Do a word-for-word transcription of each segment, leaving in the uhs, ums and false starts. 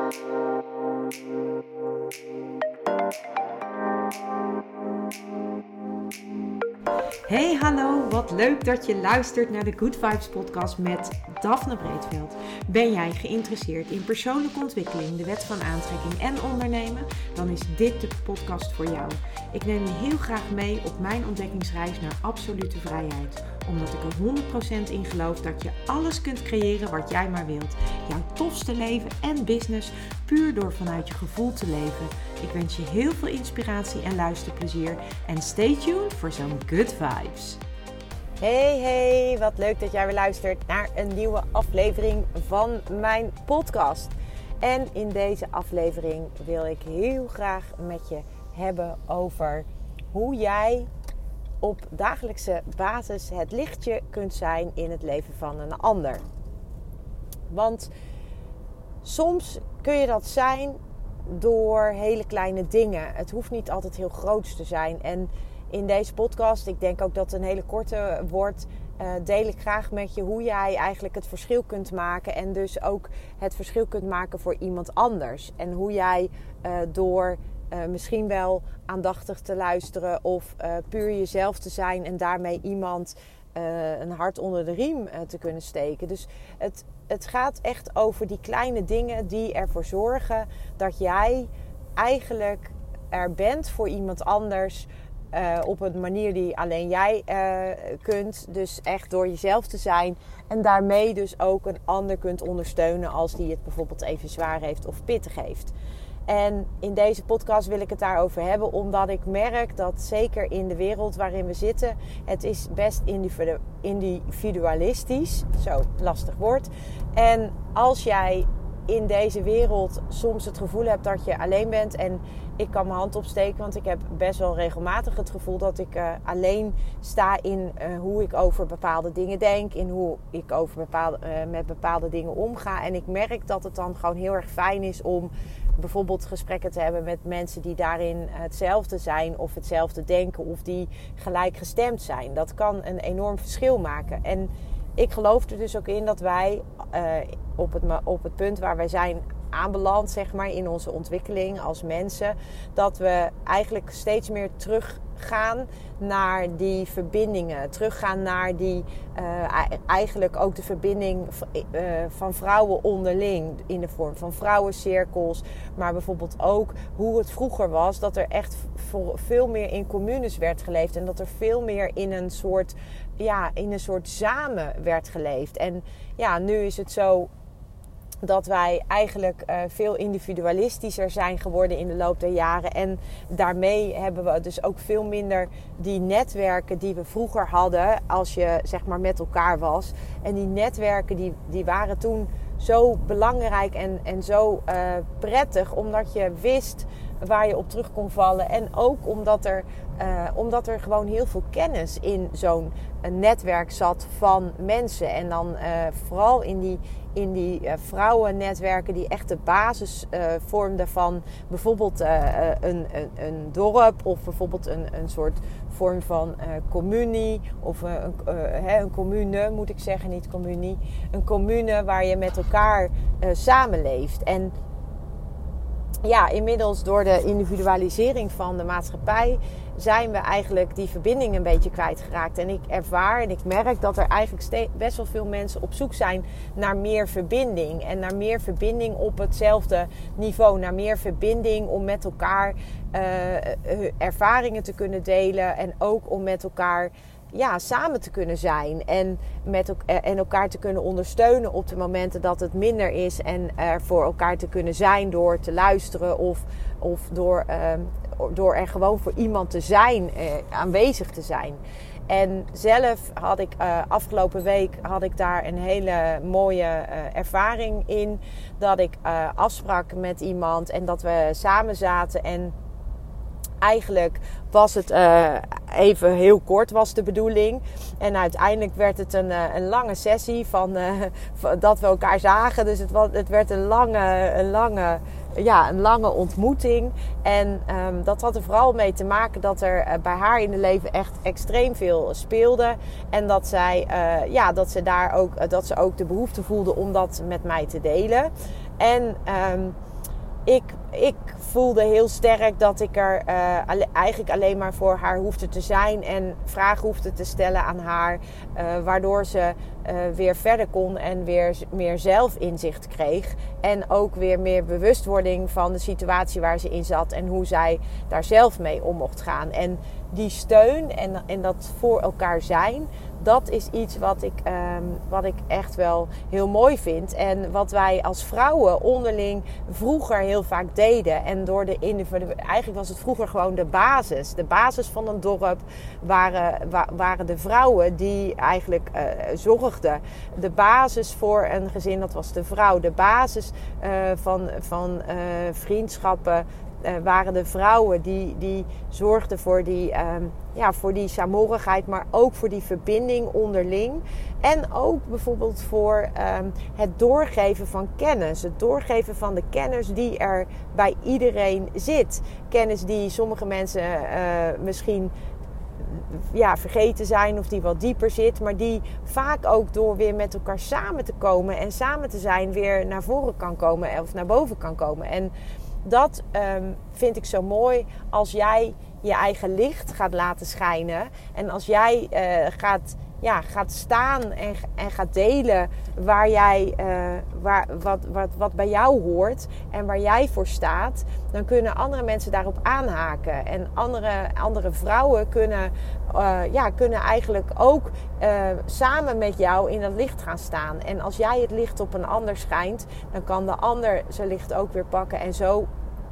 Hey, hallo, wat leuk dat je luistert naar de Good Vibes podcast met Daphne Breedveld. Ben jij geïnteresseerd in persoonlijke ontwikkeling, de wet van aantrekking en ondernemen? Dan is dit de podcast voor jou. Ik neem je heel graag mee op mijn ontdekkingsreis naar absolute vrijheid. Omdat ik er honderd procent in geloof dat je alles kunt creëren wat jij maar wilt. Jouw tofste leven en business puur door vanuit je gevoel te leven. Ik wens je heel veel inspiratie en luisterplezier. En stay tuned voor zo'n good vibes. Hey, hey, wat leuk dat jij weer luistert naar een nieuwe aflevering van mijn podcast. En in deze aflevering wil ik heel graag met je hebben over hoe jij op dagelijkse basis het lichtje kunt zijn in het leven van een ander. Want soms kun je dat zijn door hele kleine dingen. Het hoeft niet altijd heel groots te zijn. En in deze podcast, ik denk ook dat het een hele korte wordt, uh, deel ik graag met je hoe jij eigenlijk het verschil kunt maken. En dus ook het verschil kunt maken voor iemand anders. En hoe jij uh, door uh, misschien wel aandachtig te luisteren of uh, puur jezelf te zijn en daarmee iemand uh, een hart onder de riem uh, te kunnen steken. Dus het, het gaat echt over die kleine dingen die ervoor zorgen dat jij eigenlijk er bent voor iemand anders. Uh, op een manier die alleen jij uh, kunt. Dus echt door jezelf te zijn. En daarmee dus ook een ander kunt ondersteunen als die het bijvoorbeeld even zwaar heeft of pittig heeft. En in deze podcast wil ik het daarover hebben. Omdat ik merk dat zeker in de wereld waarin we zitten. Het is best individu- individualistisch. Zo, lastig woord. En als jij in deze wereld soms het gevoel hebt dat je alleen bent. En ik kan mijn hand opsteken, want ik heb best wel regelmatig het gevoel dat ik uh, alleen sta in uh, hoe ik over bepaalde dingen denk. In hoe ik over bepaalde, uh, met bepaalde dingen omga. En ik merk dat het dan gewoon heel erg fijn is om bijvoorbeeld gesprekken te hebben met mensen die daarin hetzelfde zijn. Of hetzelfde denken of die gelijkgestemd zijn. Dat kan een enorm verschil maken. En ik geloof er dus ook in dat wij uh, op, het, op het punt waar wij zijn aanbeland, zeg maar, in onze ontwikkeling als mensen, dat we eigenlijk steeds meer teruggaan naar die verbindingen. Teruggaan naar die, uh, eigenlijk ook de verbinding uh, van vrouwen onderling in de vorm van vrouwencirkels. Maar bijvoorbeeld ook hoe het vroeger was, dat er echt veel meer in communes werd geleefd. En dat er veel meer in een soort, ja, in een soort samen werd geleefd. En ja, nu is het zo dat wij eigenlijk uh, veel individualistischer zijn geworden in de loop der jaren. En daarmee hebben we dus ook veel minder die netwerken die we vroeger hadden als je zeg maar met elkaar was. En die netwerken die, die waren toen zo belangrijk en, en zo uh, prettig, omdat je wist waar je op terug kon vallen. En ook omdat er, uh, omdat er gewoon heel veel kennis in zo'n uh, netwerk zat van mensen. En dan uh, vooral in die, in die uh, vrouwennetwerken die echt de basis uh, vormden van bijvoorbeeld uh, een, een, een dorp. Of bijvoorbeeld een, een soort vorm van uh, communie. Of uh, een, uh, hè, een commune, moet ik zeggen, niet communie. Een commune waar je met elkaar uh, samenleeft. En ja, inmiddels door de individualisering van de maatschappij zijn we eigenlijk die verbinding een beetje kwijtgeraakt. En ik ervaar en ik merk dat er eigenlijk steeds best wel veel mensen op zoek zijn naar meer verbinding. En naar meer verbinding op hetzelfde niveau. Naar meer verbinding om met elkaar uh, ervaringen te kunnen delen. En ook om met elkaar ja, samen te kunnen zijn. En, met, en elkaar te kunnen ondersteunen op de momenten dat het minder is. En er voor elkaar te kunnen zijn door te luisteren. Of, of door, uh, door er gewoon voor iemand te zijn. Uh, aanwezig te zijn. En zelf had ik uh, afgelopen week had ik daar een hele mooie uh, ervaring in. Dat ik uh, afsprak met iemand. En dat we samen zaten en eigenlijk was het uh, even heel kort was de bedoeling. En uiteindelijk werd het een, uh, een lange sessie van, uh, van dat we elkaar zagen. Dus het, was, het werd een lange, een, lange, ja, een lange ontmoeting. En um, dat had er vooral mee te maken dat er uh, bij haar in het leven echt extreem veel speelde. En dat zij, uh, ja, dat ze daar ook, uh, dat ze ook de behoefte voelde om dat met mij te delen. En um, ik, ik voelde heel sterk dat ik er uh, eigenlijk alleen maar voor haar hoefde te zijn en vragen hoefde te stellen aan haar, uh, waardoor ze uh, weer verder kon en weer meer zelfinzicht kreeg en ook weer meer bewustwording van de situatie waar ze in zat en hoe zij daar zelf mee om mocht gaan. En die steun en, en dat voor elkaar zijn, dat is iets wat ik, um, wat ik echt wel heel mooi vind. En wat wij als vrouwen onderling vroeger heel vaak deden. En door de individu- eigenlijk was het vroeger gewoon de basis. De basis van een dorp waren, wa- waren de vrouwen die eigenlijk uh, zorgden. De basis voor een gezin, dat was de vrouw. De basis uh, van, van uh, vriendschappen. Uh, waren de vrouwen die, die zorgden voor die, um, ja, voor die saamhorigheid, maar ook voor die verbinding onderling. En ook bijvoorbeeld voor um, het doorgeven van kennis. Het doorgeven van de kennis die er bij iedereen zit. Kennis die sommige mensen uh, misschien ja, vergeten zijn of die wat dieper zit. Maar die vaak ook door weer met elkaar samen te komen en samen te zijn weer naar voren kan komen of naar boven kan komen. En dat um, vind ik zo mooi als jij je eigen licht gaat laten schijnen. En als jij uh, gaat, ja, gaat staan en, en gaat delen waar jij, uh, waar, wat, wat, wat bij jou hoort en waar jij voor staat. Dan kunnen andere mensen daarop aanhaken. En andere, andere vrouwen kunnen, uh, ja, kunnen eigenlijk ook uh, samen met jou in dat licht gaan staan. En als jij het licht op een ander schijnt, dan kan de ander zijn licht ook weer pakken. En zo,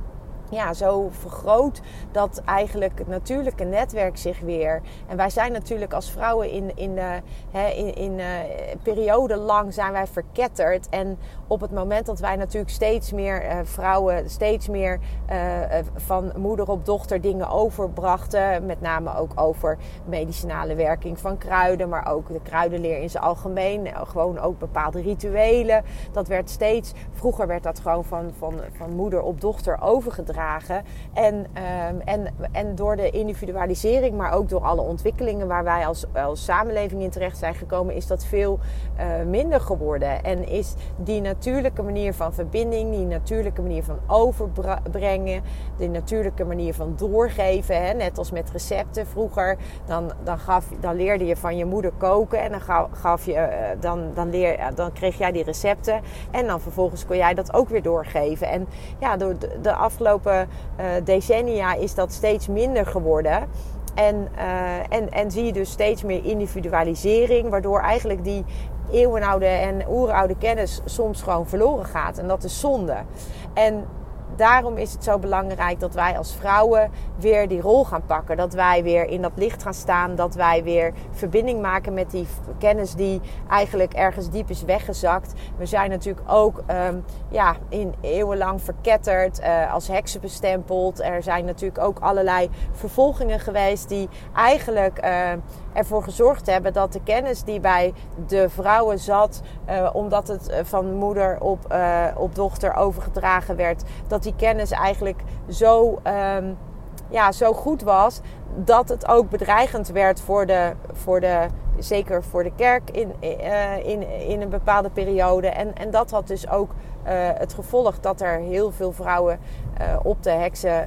ja, zo vergroot dat eigenlijk het natuurlijke netwerk zich weer. En wij zijn natuurlijk als vrouwen in, in, uh, hè, in, in uh, periode lang zijn wij verketterd. En op het moment dat wij natuurlijk steeds meer uh, vrouwen, steeds meer uh, van moeder op dochter dingen overbrachten. Met name ook over medicinale werking van kruiden. Maar ook de kruidenleer in zijn algemeen. Gewoon ook bepaalde rituelen. Dat werd steeds, vroeger werd dat gewoon van, van, van moeder op dochter overgedragen. En, um, en, en door de individualisering, maar ook door alle ontwikkelingen waar wij als, als samenleving in terecht zijn gekomen, is dat veel uh, minder geworden. En is die natuurlijke manier van verbinding, die natuurlijke manier van overbrengen, die natuurlijke manier van doorgeven, hè, net als met recepten vroeger, dan, dan, gaf, dan leerde je van je moeder koken en dan, gaf, gaf je, uh, dan, dan, leer, dan kreeg jij die recepten en dan vervolgens kon jij dat ook weer doorgeven. En ja, door de, de afgelopen Uh, decennia is dat steeds minder geworden. En, uh, en, en zie je dus steeds meer individualisering, waardoor eigenlijk die eeuwenoude en oeroude kennis soms gewoon verloren gaat. En dat is zonde. En daarom is het zo belangrijk dat wij als vrouwen weer die rol gaan pakken. Dat wij weer in dat licht gaan staan. Dat wij weer verbinding maken met die kennis die eigenlijk ergens diep is weggezakt. We zijn natuurlijk ook um, ja, in eeuwenlang verketterd, uh, als heksen bestempeld. Er zijn natuurlijk ook allerlei vervolgingen geweest die eigenlijk uh, ervoor gezorgd hebben dat de kennis die bij de vrouwen zat, uh, omdat het van moeder op, uh, op dochter overgedragen werd, dat die kennis eigenlijk zo, um, ja, zo goed was dat het ook bedreigend werd voor de, voor de, zeker voor de kerk in, uh, in, in een bepaalde periode. En, en dat had dus ook uh, het gevolg dat er heel veel vrouwen uh, op de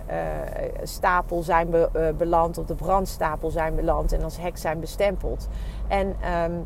heksenstapel uh, zijn be, uh, beland, op de brandstapel zijn beland en als heks zijn bestempeld. En um,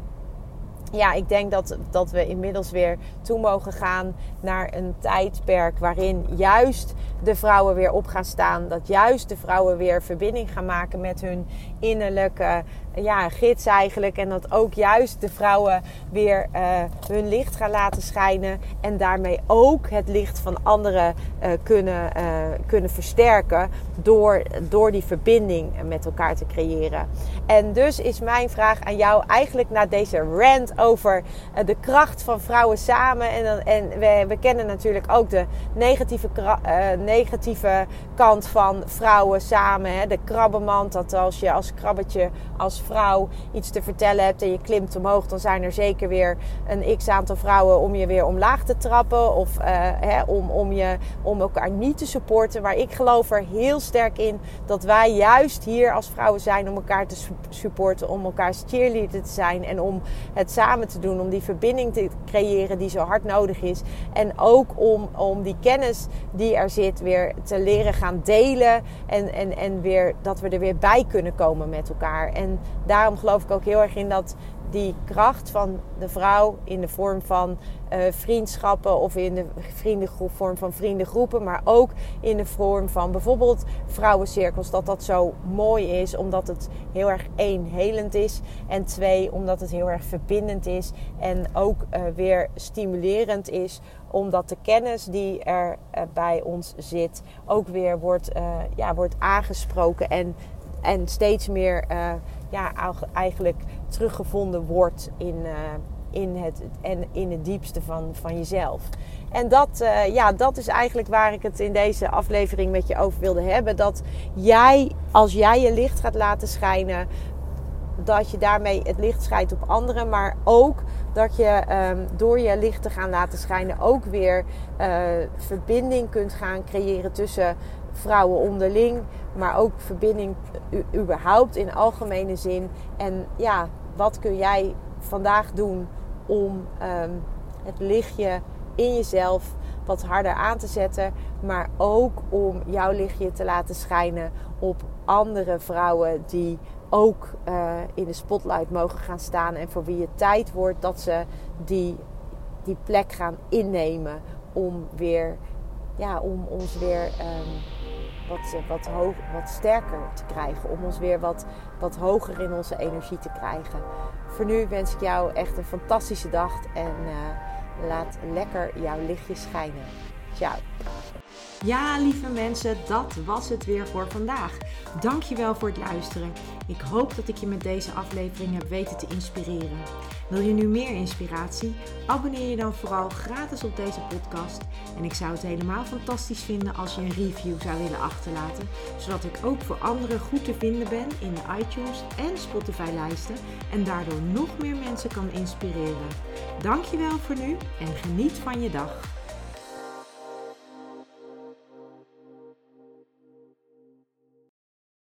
ja, ik denk dat, dat we inmiddels weer toe mogen gaan naar een tijdperk waarin juist de vrouwen weer op gaan staan. Dat juist de vrouwen weer verbinding gaan maken met hun innerlijke ja, gids eigenlijk. En dat ook juist de vrouwen weer uh, hun licht gaan laten schijnen. En daarmee ook het licht van anderen uh, kunnen, uh, kunnen versterken door, door die verbinding met elkaar te creëren. En dus is mijn vraag aan jou eigenlijk na deze rant over uh, de kracht van vrouwen samen. En, en we, we kennen natuurlijk ook de negatieve, uh, negatieve kant van vrouwen samen. Hè? De krabbenmand, dat als je als krabbetje als vrouw iets te vertellen hebt en je klimt omhoog, dan zijn er zeker weer een x-aantal vrouwen om je weer omlaag te trappen. Of uh, hè, om, om, je, om elkaar niet te supporten. Maar ik geloof er heel sterk in dat wij juist hier als vrouwen zijn om elkaar te supporten. Om elkaars cheerleader te zijn. En om het samen te doen. Om die verbinding te creëren die zo hard nodig is. En ook om, om die kennis die er zit weer te leren gaan delen. En, en, en weer, dat we er weer bij kunnen komen met elkaar. En daarom geloof ik ook heel erg in dat die kracht van de vrouw in de vorm van uh, vriendschappen of in de vriendengroep, vorm van vriendengroepen, maar ook in de vorm van bijvoorbeeld vrouwencirkels, dat dat zo mooi is, omdat het heel erg eenhelend is en twee, omdat het heel erg verbindend is en ook uh, weer stimulerend is, omdat de kennis die er uh, bij ons zit ook weer wordt, uh, ja, wordt aangesproken en En steeds meer uh, ja, eigenlijk teruggevonden wordt in, uh, in, het, en in het diepste van, van jezelf. En dat, uh, ja, dat is eigenlijk waar ik het in deze aflevering met je over wilde hebben. Dat jij, als jij je licht gaat laten schijnen, dat je daarmee het licht schijnt op anderen. Maar ook dat je um, door je licht te gaan laten schijnen ook weer uh, verbinding kunt gaan creëren tussen vrouwen onderling, maar ook verbinding u, überhaupt in algemene zin. En ja, wat kun jij vandaag doen om um, het lichtje in jezelf wat harder aan te zetten, maar ook om jouw lichtje te laten schijnen op andere vrouwen die ook uh, in de spotlight mogen gaan staan en voor wie het tijd wordt dat ze die, die plek gaan innemen om weer, ja, om ons weer um, wat, wat, hoog, wat sterker te krijgen. Om ons weer wat, wat hoger in onze energie te krijgen. Voor nu wens ik jou echt een fantastische dag. En uh, laat lekker jouw lichtje schijnen. Ciao. Ja, lieve mensen, dat was het weer voor vandaag. Dankjewel voor het luisteren. Ik hoop dat ik je met deze aflevering heb weten te inspireren. Wil je nu meer inspiratie? Abonneer je dan vooral gratis op deze podcast. En ik zou het helemaal fantastisch vinden als je een review zou willen achterlaten. Zodat ik ook voor anderen goed te vinden ben in de iTunes en Spotify lijsten. En daardoor nog meer mensen kan inspireren. Dankjewel voor nu en geniet van je dag.